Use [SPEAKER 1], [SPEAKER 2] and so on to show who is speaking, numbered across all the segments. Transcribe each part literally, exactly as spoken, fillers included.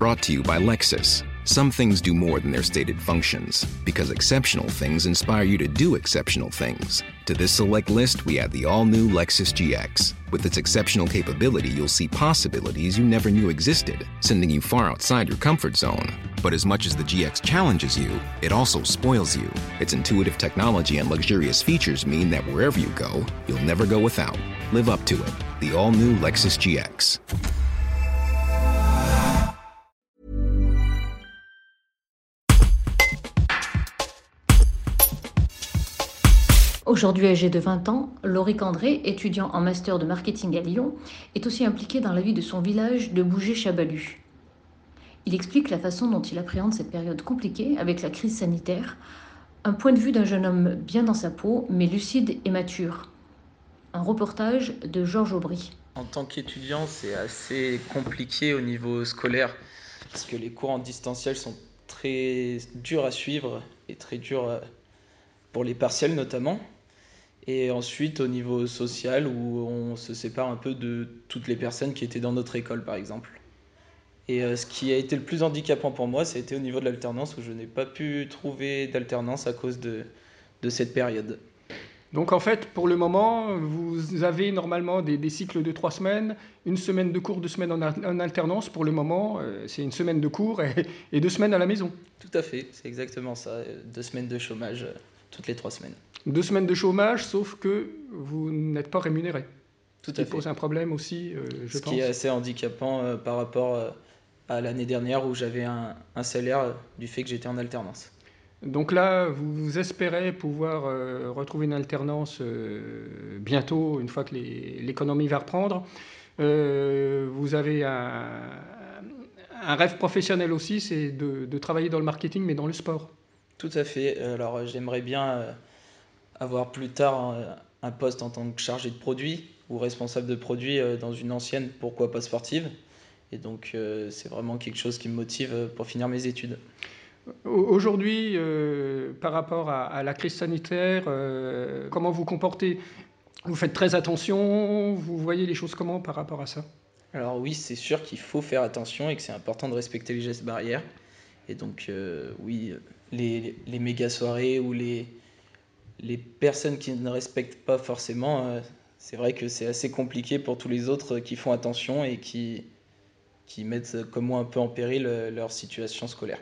[SPEAKER 1] Brought to you by Lexus. Some things do more than their stated functions, because exceptional things inspire you to do exceptional things. To this select list, we add the all-new Lexus G X. With its exceptional capability, you'll see possibilities you never knew existed, sending you far outside your comfort zone. But as much as the G X challenges you, it also spoils you. Its intuitive technology and luxurious features mean that wherever you go, you'll never go without. Live up to it. The all-new Lexus G X.
[SPEAKER 2] Aujourd'hui âgée de vingt ans, Lauric André, étudiant en master de marketing à Lyon, est aussi impliqué dans la vie de son village de Bougé-Chabalu. Il explique la façon dont il appréhende cette période compliquée avec la crise sanitaire, un point de vue d'un jeune homme bien dans sa peau, mais lucide et mature. Un reportage de Georges Aubry.
[SPEAKER 3] En tant qu'étudiant, c'est assez compliqué au niveau scolaire, parce que les cours en distanciel sont très durs à suivre et très durs pour les partiels notamment. Et ensuite au niveau social où on se sépare un peu de toutes les personnes qui étaient dans notre école par exemple. Et euh, ce qui a été le plus handicapant pour moi, ça a été au niveau de l'alternance où je n'ai pas pu trouver d'alternance à cause de, de cette période.
[SPEAKER 4] Donc en fait, pour le moment, vous avez normalement des, des cycles de trois semaines, une semaine de cours, deux semaines en, en alternance. Pour le moment, euh, c'est une semaine de cours et, et deux semaines à la maison.
[SPEAKER 3] Tout à fait, c'est exactement ça, deux semaines de chômage euh, toutes les trois semaines.
[SPEAKER 4] Deux semaines de chômage, sauf que vous n'êtes pas rémunéré.
[SPEAKER 3] Tout à
[SPEAKER 4] fait.
[SPEAKER 3] fait.
[SPEAKER 4] Pose un problème aussi, euh, je
[SPEAKER 3] Ce
[SPEAKER 4] pense.
[SPEAKER 3] Ce qui est assez handicapant euh, par rapport euh, à l'année dernière où j'avais un, un salaire euh, du fait que j'étais en alternance.
[SPEAKER 4] Donc là, vous espérez pouvoir euh, retrouver une alternance euh, bientôt, une fois que les, l'économie va reprendre. Euh, vous avez un, un rêve professionnel aussi, c'est de, de travailler dans le marketing, mais dans le sport.
[SPEAKER 3] Tout à fait. Alors j'aimerais bien euh, avoir plus tard un, un poste en tant que chargé de produit ou responsable de produit euh, dans une ancienne, pourquoi pas sportive. Et donc euh, c'est vraiment quelque chose qui me motive pour finir mes études.
[SPEAKER 4] Aujourd'hui, euh, par rapport à, à la crise sanitaire, euh, comment vous comportez ? Vous faites très attention ? Vous voyez les choses comment par rapport à ça ?
[SPEAKER 3] Alors oui, c'est sûr qu'il faut faire attention et que c'est important de respecter les gestes barrières. Et donc euh, oui, les, les méga soirées ou les, les personnes qui ne respectent pas forcément, euh, c'est vrai que c'est assez compliqué pour tous les autres qui font attention et qui, qui mettent comme moi un peu en péril leur situation scolaire.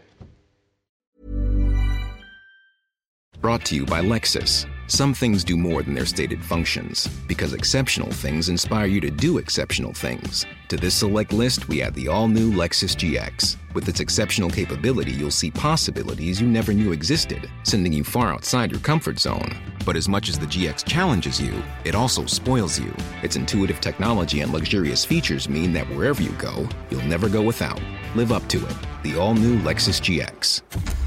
[SPEAKER 1] Brought to you by Lexus. Some things do more than their stated functions, because exceptional things inspire you to do exceptional things. To this select list, we add the all-new Lexus G X. With its exceptional capability, you'll see possibilities you never knew existed, sending you far outside your comfort zone. But as much as the G X challenges you, it also spoils you. Its intuitive technology and luxurious features mean that wherever you go, you'll never go without. Live up to it. The all-new Lexus G X.